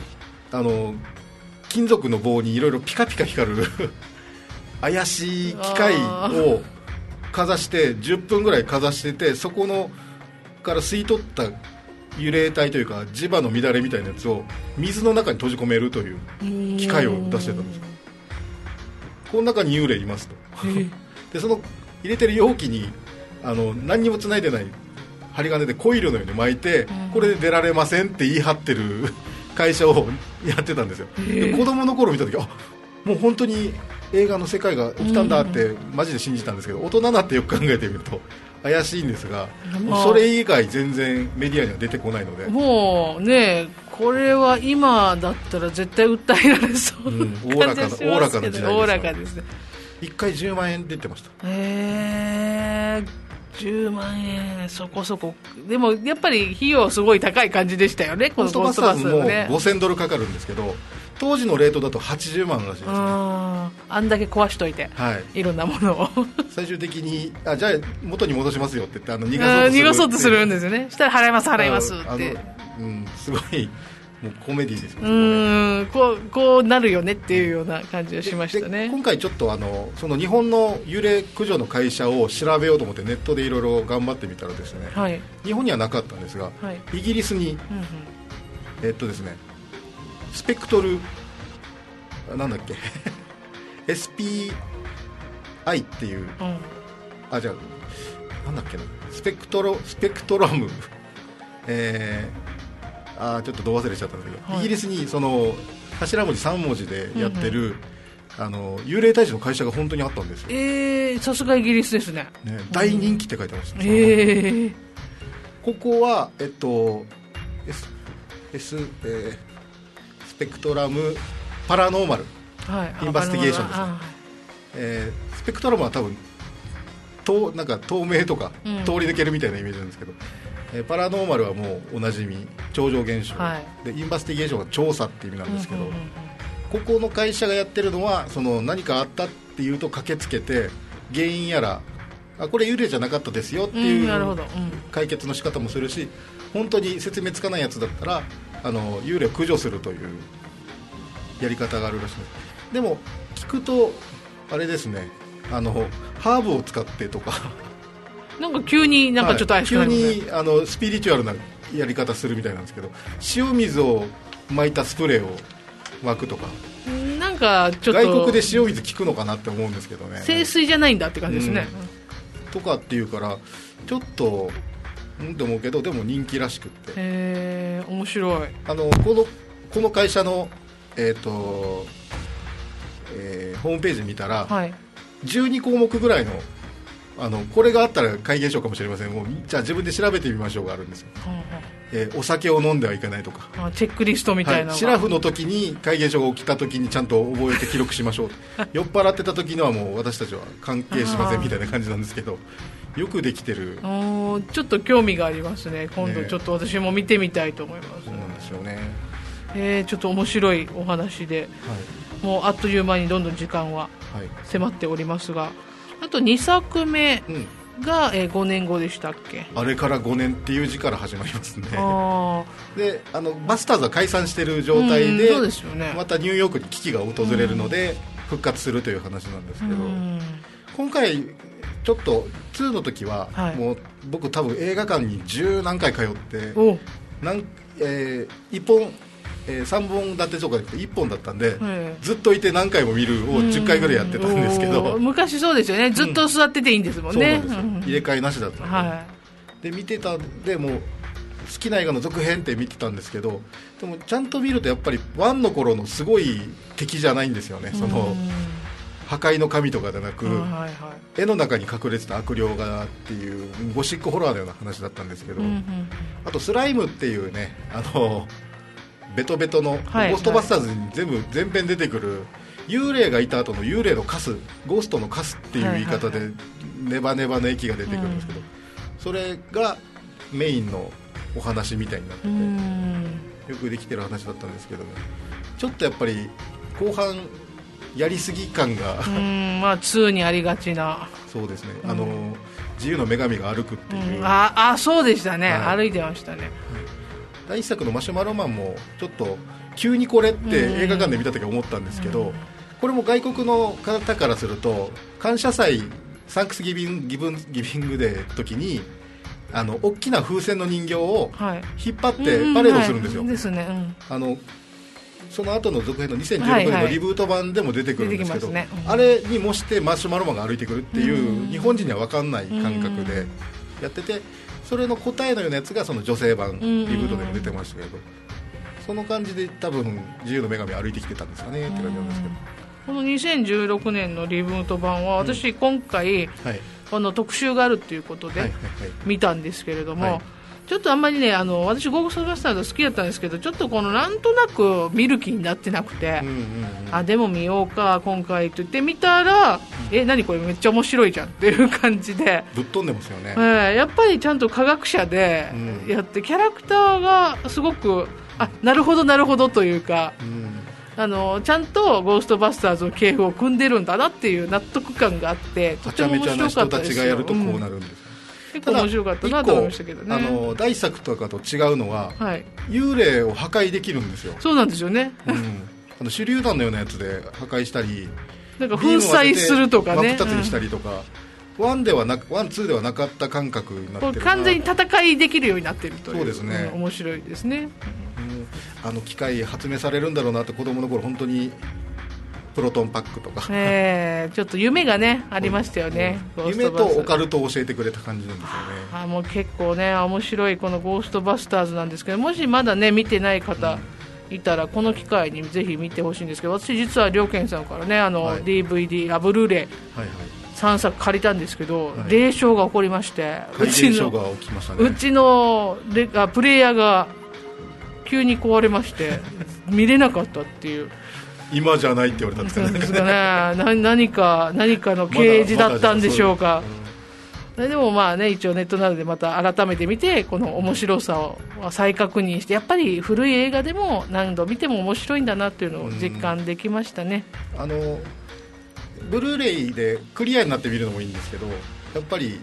金属の棒にいろいろピカピカ光る怪しい機械をかざして10分ぐらいかざしてて、そこのから吸い取った幽霊体というか磁場の乱れみたいなやつを水の中に閉じ込めるという機械を出してたんです。この中に幽霊いますとでその入れてる容器に何にも繋いでない針金でコイルのように巻いて、これで出られませんって言い張ってる会社をやってたんですよ。で子供の頃見た時、もう本当に映画の世界が起きたんだってマジで信じたんですけど、大人になってよく考えてみると怪しいんですが、それ以外全然メディアには出てこないので、 もうね、これは今だったら絶対訴えられそうな感じがしますけど、 おおらかな時代です。 おおらかですね。 1回10万円出てました。 10万円そこそこ。でもやっぱり費用すごい高い感じでしたよね、このゴーストバスターズも5000ドルかかるんですけど、当時のレートだと80万らしいですね。 あんだけ壊しといて、いろんなものを最終的にじゃあ元に戻しますよって言って逃がそうとするんですよね。したら払います払いますって、 すごいもうコメディですよね。 こうなるよねっていうような感じがしましたね。 今回ちょっとその日本の幽霊駆除の会社を調べようと思ってネットでいろいろ頑張ってみたらですね、日本にはなかったんですが、イギリスに、ですね、スペクトルなんだっけSPI っていう、じゃあなんだっけな、スペクトラムちょっとど忘れちゃったんだけど、イギリスにその頭文字3文字でやってる、幽霊退治の会社が本当にあったんですよ。 さすがイギリスですね。 大人気って書いてますね。ここはスペクトラムパラノーマル、インバスティゲーションですね。スペクトラムは多分なんか透明とか、通り抜けるみたいなイメージなんですけど、パラノーマルはもうおなじみ超常現象、でインバスティゲーションは調査っていう意味なんですけど、ここの会社がやってるのはその何かあったっていうと駆けつけて原因やらこれ幽霊じゃなかったですよっていう解決の仕方もするし、本当に説明つかないやつだったら幽霊を駆除するというやり方があるらしいです。でも聞くとあれですね、ハーブを使ってとかなんか急になんかちょっと怪しくなりますね。 急にスピリチュアルなやり方するみたいなんですけど、塩水を撒いたスプレーを巻くとか、 なんかちょっと外国で塩水効くのかなって思うんですけどね。 清水じゃないんだって感じですね、 とかっていうからちょっとと思うけど、でも人気らしくって、 面白い。 この会社のホームページ見たら、12項目ぐらいのこれがあったら怪現象かもしれません、もうじゃあ自分で調べてみましょうがあるんですよ。お酒を飲んではいけないとか、 チェックリストみたいな、 シラフの時に怪現象が起きた時にちゃんと覚えて記録しましょう酔っ払ってた時のはもう私たちは関係しませんみたいな感じなんですけど、 よくできてる。 ちょっと興味がありますね。今度ちょっと私も見てみたいと思います。 そうなんですよね。ちょっと面白いお話で、もうあっという間にどんどん時間は迫っておりますが、あと2作目が、5年後でしたっけ。 あれから5年っていう字から始まりますね。でバスターズは解散している状態で、 そうですよね、 またニューヨークに危機が訪れるので復活するという話なんですけど、今回ちょっと2の時は、もう僕多分映画館に10何回通って1本、3本立てとかで1本だったんで、ずっといて何回も見るを10回ぐらいやってたんですけど、 昔そうですよね、ずっと座ってていいんですもんね。 そうなんですよ、入れ替えなしだったんで、見てたんで、もう好きな映画の続編って見てたんですけど、でもちゃんと見るとやっぱり1の頃のすごい敵じゃないんですよね。その破壊の神とかじゃなく、絵の中に隠れてた悪霊がっていうゴシックホラーのような話だったんですけど、あとスライムっていうね、ベトベトのゴーストバスターズに全編出てくる幽霊がいた後の幽霊のカス、ゴーストのカスっていう言い方でネバネバの液が出てくるんですけど、それがメインのお話みたいになってて、よくできてる話だったんですけどね、ちょっとやっぱり後半やりすぎ感がまあ2にありがちな。 そうですね、自由の女神が歩くっていう、 そうでしたね、歩いてましたね。 第一作のマシュマロマンもちょっと急にこれって映画館で見た時思ったんですけど、これも外国の方からすると感謝祭サンクスギビングデー時に大きな風船の人形を引っ張ってパレードするんですよ。ですね。その後の続編の2016年のリブート版でも出てくるんですけど、あれに模してマシュマロマンが歩いてくるっていう日本人には分かんない感覚でやってて、それの答えのようなやつがその女性版リブートでも出てましたけど、その感じで多分自由の女神歩いてきてたんですかねって感じなんですけど、 この2016年のリブート版は私今回、この特集があるっていうことで見たんですけれども、ちょっとあんまりね、私ゴーストバスターズ好きだったんですけど、ちょっとこのなんとなく見る気になってなくて、でも見ようか今回って言って見たら、何これめっちゃ面白いじゃんっていう感じでぶっ飛んでますよね。 やっぱりちゃんと科学者でやって、キャラクターがすごくなるほどなるほどというか、ちゃんとゴーストバスターズの系譜を組んでるんだなっていう納得感があって、とても面白かったですよ。はちゃめちゃな人たちがやるとこうなるんです、 結構面白かったなと思いましたけどね。 第一作とかと違うのは、幽霊を破壊できるんですよ。 そうなんですよね、 手榴弾のようなやつで破壊したり、 なんか粉砕するとかね、 真っ二つにしたりとか、1、2ではなかった感覚になってる、 完全に戦いできるようになっているという。 そうですね、 面白いですね。 機械発明されるんだろうなって子供の頃本当にプロトンパックとか、 ちょっと夢がねありましたよね。 夢とオカルトを教えてくれた感じなんですよね。 もう結構ね面白いこのゴーストバスターズなんですけど、もしまだね見てない方いたらこの機会にぜひ見てほしいんですけど、私実はりょうけんさんからねDVD ブルーレイ3作借りたんですけど、霊障が起こりまして、うちのプレイヤーが急に壊れまして見れなかったっていう今じゃないって言われたんですかね。何かの啓示だったんでしょうか。でもまあね、一応ネットなどでまた改めて見てこの面白さを再確認して、やっぱり古い映画でも何度見ても面白いんだなっていうのを実感できましたね。 ブルーレイでクリアになって見るのもいいんですけど、やっぱり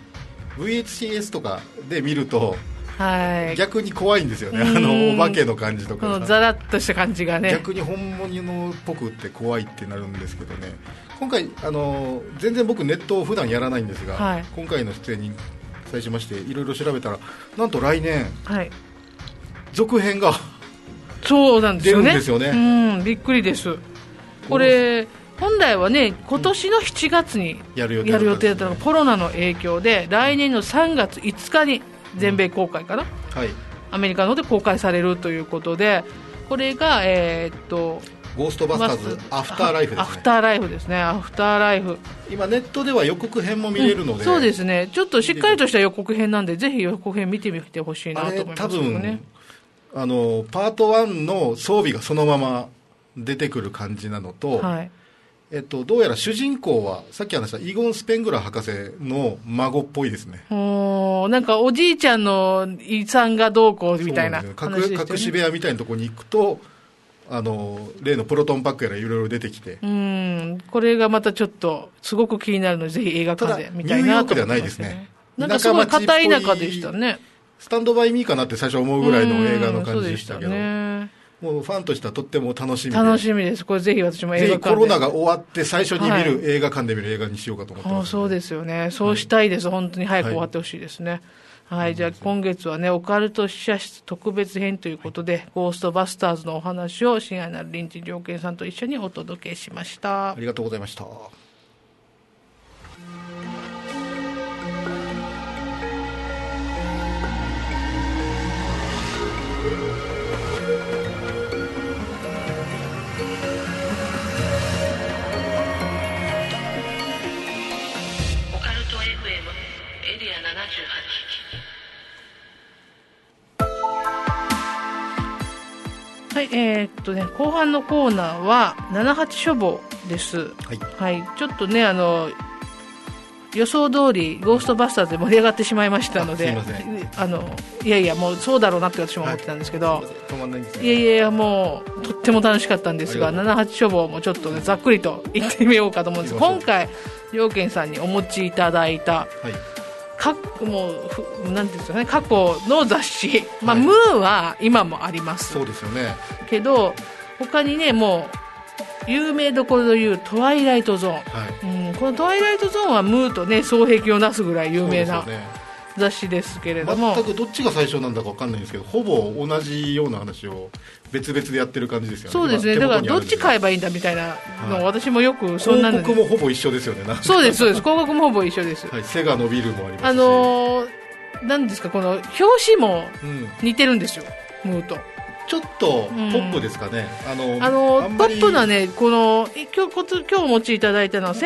VHS とかで見ると逆に怖いんですよね。お化けの感じとかザラッとした感じがね、 逆に本物のっぽくって怖いってなるんですけどね。今回全然僕ネットを普段やらないんですが、今回の出演に際しましていろいろ調べたら、なんと来年、続編がそうなんですよね。 出るんですよね。 びっくりです。これ本来はね今年の7月にやる予定だったのが、コロナの影響で来年の3月5日に全米公開かな、アメリカの方で公開されるということで、これがゴーストバスターズアフターライフですね。 アフターライフですね。アフターライフ、 今ネットでは予告編も見れるので、 そうですね、ちょっとしっかりとした予告編なんでぜひ予告編見てみてほしいなと思いますけどね。 パート1の装備がそのまま出てくる感じなのと、 どうやら主人公はさっき話したイゴン・スペングラー博士の孫っぽいですね。 なんかおじいちゃんの遺産がどうこうみたいな話でしたよね。 隠し部屋みたいなところに行くと例のプロトンパックやらいろいろ出てきて、 これがまたちょっとすごく気になるのでぜひ映画館で見たいなと思ってますね。ニューヨークではないですね。なんかすごい片田舎でしたね。 スタンドバイミーかなって最初思うぐらいの映画の感じでしたけど、もうファンとしてはとっても楽しみです。これぜひ私も映画館で。 ぜひコロナが終わって最初に見る、映画館で見る映画にしようかと思ってます、 そうですよね。そうしたいです。本当に早く終わってほしいですね。じゃあ今月はね、オカルト試写室特別編ということで、ゴーストバスターズのお話を親愛なる林地良健さんと一緒にお届けしました。 ありがとうございました。 はい、後半のコーナーは78処方です。ちょっとね予想通りゴーストバスターズで盛り上がってしまいましたので、いやいやもうそうだろうなって私も思ってたんですけど、いやもうとっても楽しかったんですが、78処方もちょっと、ね、ざっくりと言ってみようかと思うんです。今回良健さんにお持ちいただいた、もうなんていうんですかね、過去の雑誌、ムーは今もあります。 そうですよね。 けど他にね、もう有名どころでいうトワイライトゾーン、このトワイライトゾーンはムーとね双璧をなすぐらい有名な雑誌ですけれども、 全くどっちが最初なんだか分かんないんですけど、ほぼ同じような話を別々でやってる感じですよね。 そうですね。だからどっち買えばいいんだみたいなの、私もよくそんなの広告もほぼ一緒ですよね。 そうです広告もほぼ一緒です。 背が伸びるもありますし、 なんですか、この表紙も似てるんですよ、ムーと。 ちょっとポップですかね。 ポップなね、この今日お持ちいただいたのは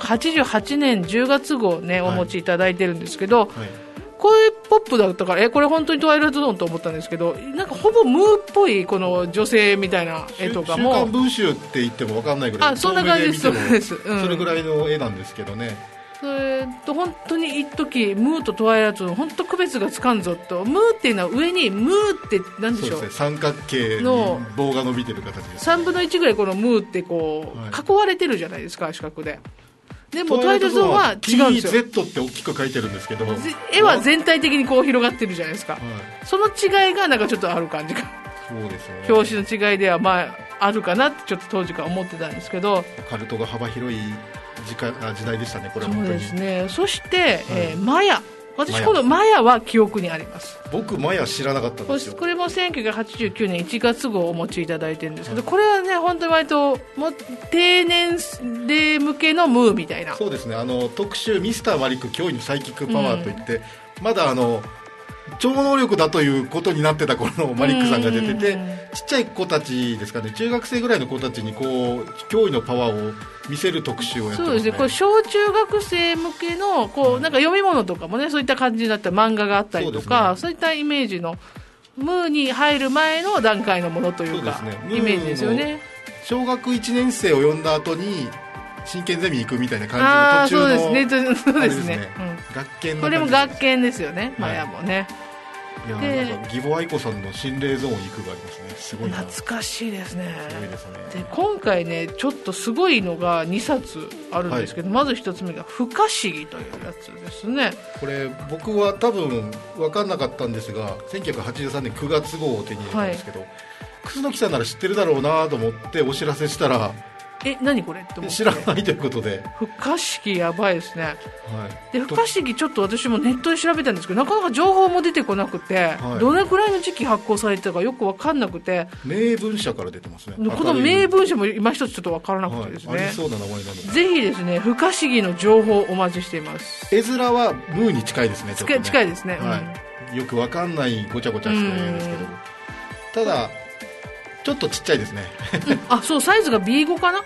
1988年10月号ね、お持ちいただいてるんですけど、こういうポップだったからこれ本当にトワイライトゾーンと思ったんですけど、なんかほぼムーっぽいこの女性みたいな絵とかも、 週刊文集って言っても分かんないぐらい、 そんな感じです。そうです、 それぐらいの絵なんですけどね。 それと本当に一時ムーとトワイライトの本当区別がつかんぞと。ムーっていうのは上にムーって何でしょう、 そうですね、三角形の棒が伸びてる形です。 3分の1ぐらいこのムーってこう、囲われてるじゃないですか、四角で。でもトワイライトゾーンは違うんですよ。 TZ って大きく書いてるんですけど、 絵は全体的にこう広がってるじゃないですか、その違いがなんかちょっとある感じが。 そうですよね。 表紙の違いではあるかなってちょっと当時から思ってたんですけど、 オカルトが幅広い時代でしたね、これは本当に。 そうですね。そして、マヤ、私このマヤは記憶にあります。 僕マヤ知らなかったんですよ。 これも1989年1月号をお持ちいただいてるんですけど、これはね本当に割と低年齢向けのムーみたいな。 そうですね。特集ミスターマリック驚異のサイキックパワーといって、まだ超能力だということになってた頃のマリックさんが出てて、ちっちゃい子たちですかね、中学生ぐらいの子たちにこう驚異のパワーを見せる特集をやってますね。 そうですね。これ小中学生向けのこうなんか読み物とかもね、そういった感じになった漫画があったりとか、そういったイメージのムーに入る前の段階のものというか、イメージですよね。 小学1年生を読んだ後に真剣ゼミ行くみたいな感じの途中の、 そうですね。 学研のこれも学研ですよね、マヤもね。 いやなんか義母愛子さんの心霊ゾーン行くがありますね。すごいな、 懐かしいですね。 すごいですね。 で今回ねちょっとすごいのが2冊あるんですけど、まず1つ目が不可思議というやつですね。 これ僕は多分分かんなかったんですが、1983年9月号を手に入れたんですけど、楠木さんなら知ってるだろうなと思ってお知らせしたら、 何これって思って、 知らないということで、 不可思議やばいですね。で不可思議ちょっと私もネットで調べたんですけど、なかなか情報も出てこなくて、どれくらいの時期発行されてたかよく分かんなくて、 名文社から出てますね。 この名文社も今一つちょっと分からなくてですね、 ありそうな名前なので、 ぜひですね不可思議の情報をお待ちしています。 絵面はムーに近いですね。ちょっとね近いですね、 よく分かんないごちゃごちゃした絵ですけど、ただちょっとちっちゃいですね。 そう、サイズが B5 かな。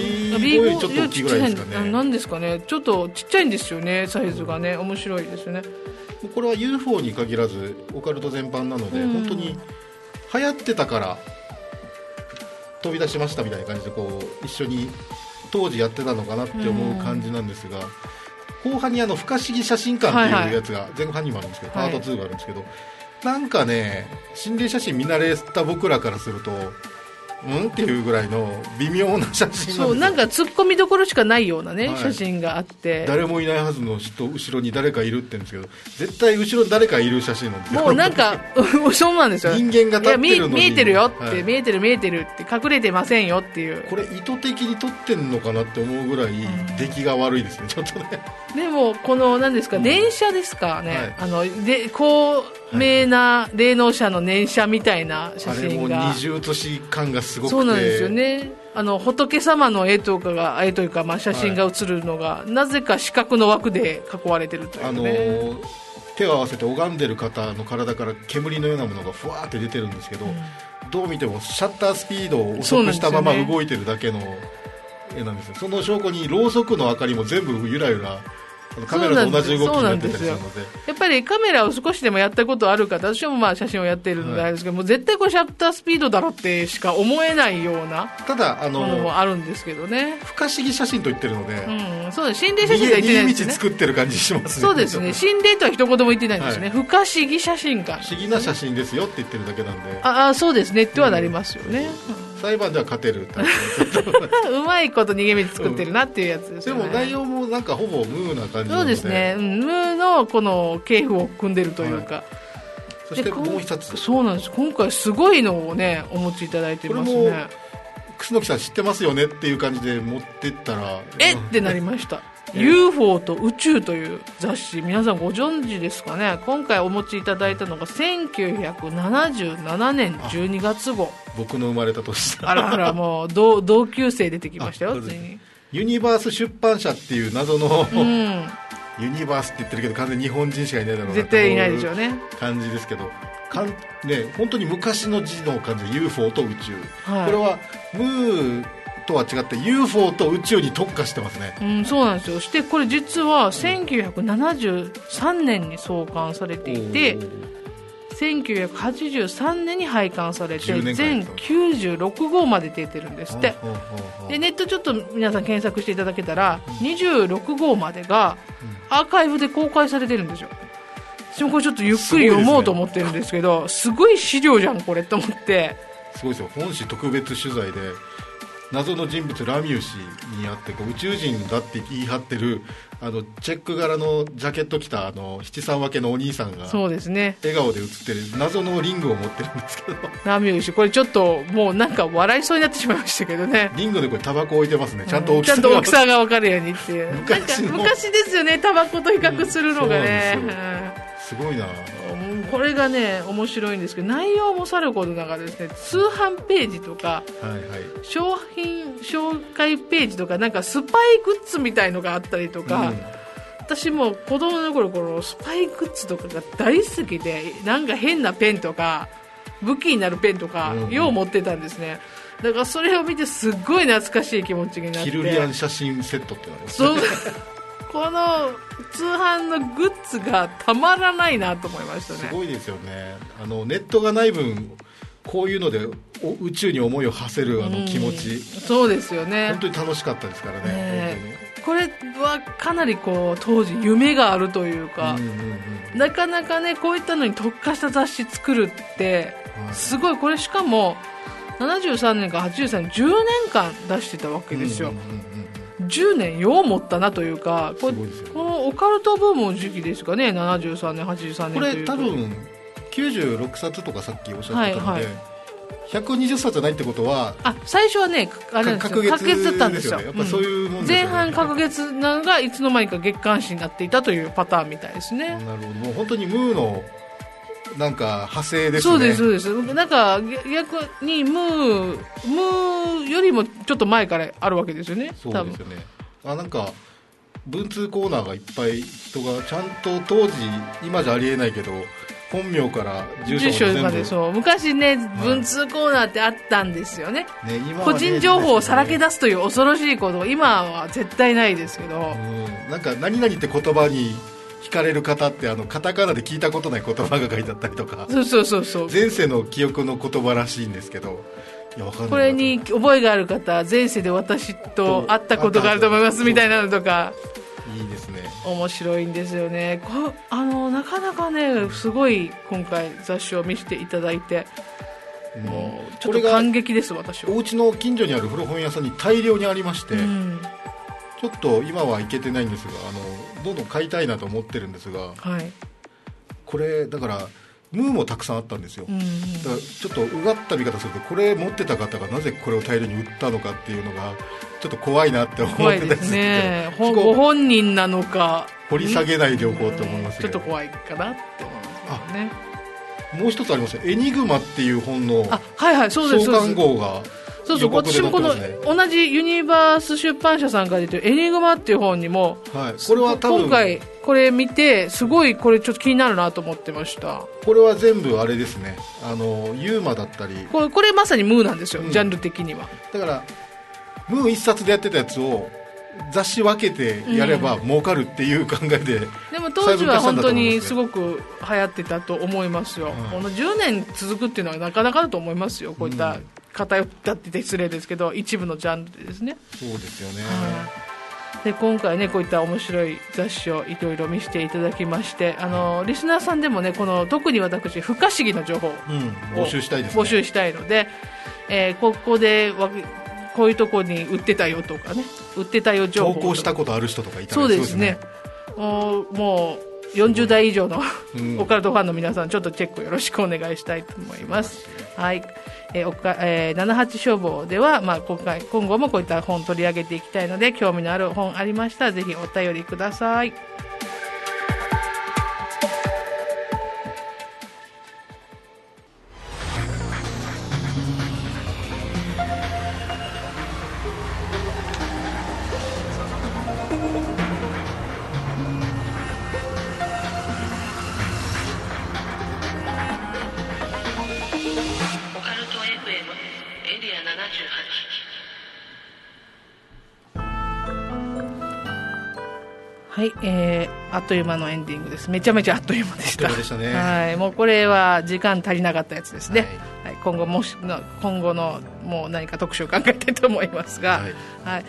B5 よりちょっと大きいぐらいですかね。 なんですかね、ちょっとちっちゃいんですよね、サイズがね。面白いですね。 これは UFO に限らずオカルト全般なので、本当に流行ってたから飛び出しましたみたいな感じでこう一緒に当時やってたのかなって思う感じなんですが、後半に不可思議写真館っていうやつが前半にもあるんですけど、パート2があるんですけど、なんかね心霊写真見慣れた僕らからするとっていうぐらいの微妙な写真なんですよ。 そう、なんか突っ込みどころしかないようなね、写真があって、 誰もいないはずの人後ろに誰かいるって言うんですけど、絶対後ろに誰かいる写真なんですよ。 もうなんかそうなんですよ。 人間が立ってるのに見えてるよって、見えてるって隠れてませんよっていう。 これ意図的に撮ってんのかなって思うぐらい出来が悪いですね、ちょっとね。 でもこの何ですか、電車ですかね、で高名な霊能者の念写みたいな写真が、 あれも二重写し感がすごくて、 そうなんですよね。仏様の絵というか、写真が写るのが、なぜか四角の枠で囲われてるというね、 手を合わせて拝んでる方の体から煙のようなものがふわーって出てるんですけど、どう見てもシャッタースピードを遅くしたまま動いてるだけの絵なんですよ。その証拠にろうそくの明かりも全部ゆらゆらカメラと同じ動きになってたりするので、 やっぱりカメラを少しでもやったことある方、私も写真をやっているのであれですけど、もう絶対これシャッタースピードだろってしか思えないようなただものもあるんですけどね。 不可思議写真と言ってるので、 そうです、心霊写真とは言ってないですね。 逃げ道作ってる感じしますね。 そうですね、心霊とは一言も言ってないんですね、不可思議写真館、 不思議な写真ですよって言ってるだけなんで、 そうですねってはなりますよね。 裁判では勝てるタイプうまいこと逃げ道作ってるなっていうやつですよね。 でも内容もなんかほぼムーな感じなので、 そうですね、ムーのこの系譜を組んでるというか、 そしてもう一つ、 そうなんです、今回すごいのをねお持ちいただいてますね。 これも楠木さん知ってますよねっていう感じで持ってったらってなりましたUFO と宇宙という雑誌、皆さんご存知ですかね。今回お持ちいただいたのが1977年12月号、 僕の生まれた年あらもう同級生出てきましたよ、ついに。 ユニバース出版社っていう謎の、ユニバースって言ってるけど完全に日本人しかいないだろうな、 絶対いないでしょうね、 感じですけど、本当に昔の字の感じで UFO と宇宙、これはムーとは違って UFO と宇宙に特化してますね。 そうなんですよ。してこれ実は1973年に創刊されていて、1983年に廃刊されて全96号まで出てるんですって。でネットちょっと皆さん検索していただけたら26号までがアーカイブで公開されてるんですよ。私もこれちょっとゆっくり読もうと思ってるんですけど、すごい資料じゃんこれと思って。 すごいですよ。本誌特別取材で謎の人物ラミュー氏に会って宇宙人だって言い張ってるチェック柄のジャケット着た七三分けのお兄さんがそうですね、 笑顔で写ってる謎のリングを持ってるんですけど、 ラミュー氏これちょっともうなんか笑いそうになってしまいましたけどね。 リングでこれタバコ置いてますね、ちゃんと大きさが分かるようにっていう昔ですよね、タバコと比較するのがね、 すごいな。 これがね面白いんですけど、内容もさることながらですね、通販ページとか、商品紹介ページとか、なんかスパイグッズみたいのがあったりとか、私も子供の頃このスパイグッズとかが大好きで、なんか変なペンとか武器になるペンとか、よう持ってたんですね。だからそれを見てすっごい懐かしい気持ちになって、 キルリアン写真セットってのありますね。 この通販のグッズがたまらないなと思いましたね。 すごいですよね。ネットがない分こういうので宇宙に思いを馳せる気持ち、 そうですよね。 本当に楽しかったですからね。 これはかなり当時夢があるというか、なかなかねこういったのに特化した雑誌作るってすごい。これしかも73年から83年10年間出してたわけですよ。10年よう持ったなというか、このオカルトブームの時期ですかね、73年83年というと。 これ多分96冊とかさっきおっしゃってたので、120冊じゃないってことは、 最初はねあれですよ、隔月だったんですよ。 やっぱそういうもんですよね。 前半隔月なのがいつの間にか月刊誌になっていたというパターンみたいですね。 なるほど。もう本当にムーのなんか派生ですね。 そうですそうです。なんか逆にムーよりもちょっと前からあるわけですよね。 そうですよね。なんか文通コーナーがいっぱい人がちゃんと当時今じゃありえないけど本名から住所までそう昔ね、文通コーナーってあったんですよね。個人情報をさらけ出すという恐ろしいこと、今は絶対ないですけど、 なんか何々って言葉に惹かれる方ってカタカナで聞いたことない言葉が書いてあったりとか、 そう前世の記憶の言葉らしいんですけど、 いやわかんない。 これに覚えがある方、前世で私と会ったことがあると思いますみたいなのとか、 いいですね。 面白いんですよね。なかなかね、すごい今回雑誌を見せていただいて、もうちょっと感激です。私はお家の近所にある古本屋さんに大量にありまして、ちょっと今は行けてないんですが、どんどん買いたいなと思ってるんですが、 はい、 これだからムーもたくさんあったんですよ。だからちょっとうがった見方すると、これ持ってた方がなぜこれを大量に売ったのかっていうのがちょっと怖いなって思ってたんですけど、 ご本人なのか掘り下げないでおこうと思いますけど、 ちょっと怖いかなって思いますね。 もう一つありますよ。エニグマっていう本の創刊号が、 私もこの同じユニバース出版社さんから出てるエニグマっていう本にも、 これは多分今回これ見てすごいこれちょっと気になるなと思ってました。 これは全部あれですね、ユーマだったり、これまさにムーなんですよ、ジャンル的には。 だからムー一冊でやってたやつを雑誌分けてやれば儲かるっていう考えで、 でも当時は本当にすごく流行ってたと思いますよ。この10年続くっていうのはなかなかだと思いますよ。こういった偏ったって失礼ですけど、一部のジャンルでですね。 そうですよね。 で今回ね、こういった面白い雑誌をいろいろ見せていただきまして、リスナーさんでもね、この特に私不可思議の情報を募集したいですね。 募集したいので、ここでこういうところに売ってたよとかね、売ってたよ情報投稿したことある人とかいたら、 そうですね、もう40代以上のオカルトファンの皆さん、ちょっとチェックよろしくお願いしたいと思います。はい、78消防では、今後もこういった本を取り上げていきたいので、興味のある本ありましたらぜひお便りください。はい、あっという間のエンディングです。めちゃめちゃあっという間でした。はい、もうこれは時間足りなかったやつですね。はい、今後のもう何か特集を考えたいと思いますが、はい、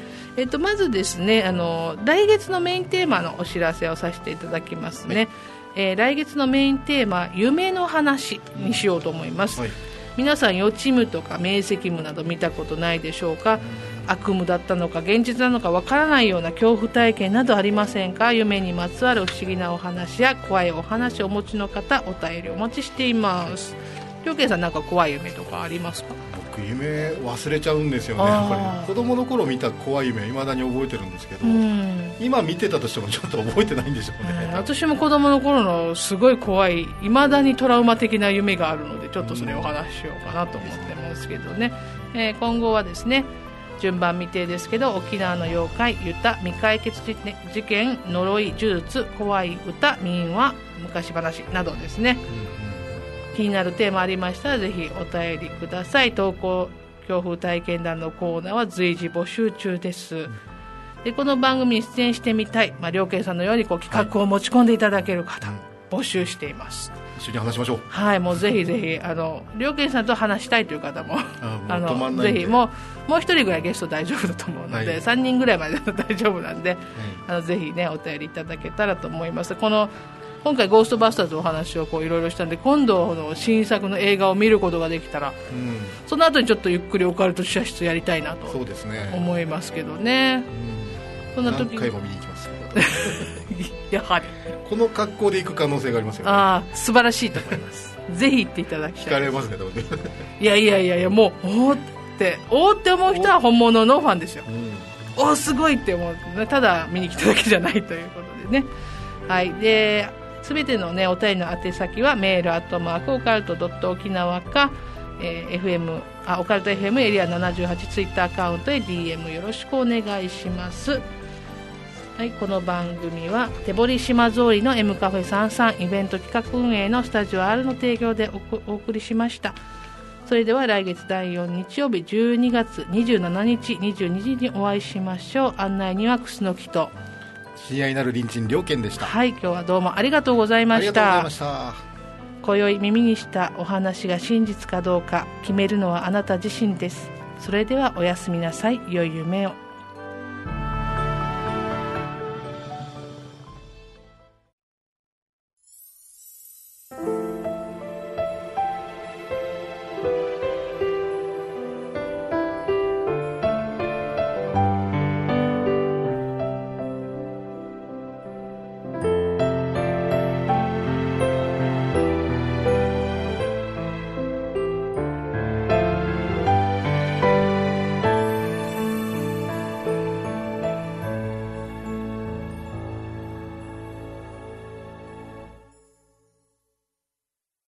まずですね、来月のメインテーマのお知らせをさせていただきますね。来月のメインテーマ、夢の話にしようと思います。皆さん予知夢とか明晰夢など見たことないでしょうか。悪夢だったのか現実なのかわからないような恐怖体験などありませんか。夢にまつわる不思議なお話や怖いお話をお持ちの方、お便りお待ちしています。りょうけいさん、なんか怖い夢とかありますか。 僕夢忘れちゃうんですよね。やっぱり子供の頃見た怖い夢未だに覚えてるんですけど、今見てたとしてもちょっと覚えてないんでしょうね。 私も子供の頃のすごい怖い、未だにトラウマ的な夢があるので、ちょっとそれをお話ししようかなと思ってますけどね。今後はですね、順番未定ですけど、沖縄の妖怪、ユタ、未解決事件、呪い、呪術、怖い歌、民話、昔話などですね、気になるテーマありましたらぜひお便りください。投稿恐怖体験談のコーナーは随時募集中です。でこの番組に出演してみたい、りょうけいさんのように企画を持ち込んでいただける方、募集しています。 一緒に話しましょう。 はい、もうぜひぜひりょうけいさんと話したいという方もぜひもう一人ぐらいゲスト大丈夫だと思うので、3人ぐらいまでだと大丈夫なんで、ぜひねお便りいただけたらと思います。今回ゴーストバスターズのお話をいろいろしたんで、今度の新作の映画を見ることができたら、その後にちょっとゆっくりオカルト試写室やりたいなと思いますけどね。そんな時何回も見に行きますやはりこの格好で行く可能性がありますよね。 素晴らしいと思いますぜひ行っていただきたい。 聞かれますねいやもうおーって思う人は本物のファンですよ。おすごいって思う、ただ見に来ただけじゃないということでね。はい、ですべてのねお便りの宛先はメール@オカルト.okinawaか、オカルト FM エリア78ツイッターアカウントへ DM よろしくお願いします。はい、この番組は手堀島通りの M カフェ33イベント企画運営のスタジオ R の提供でお送りしました。それでは来月第4日曜日12月27日22時にお会いしましょう。案内には楠木と親愛なる隣人良健でした。 はい、今日はどうもありがとうございました。 ありがとうございました。 今宵耳にしたお話が真実かどうか決めるのはあなた自身です。それではおやすみなさい。良い夢を。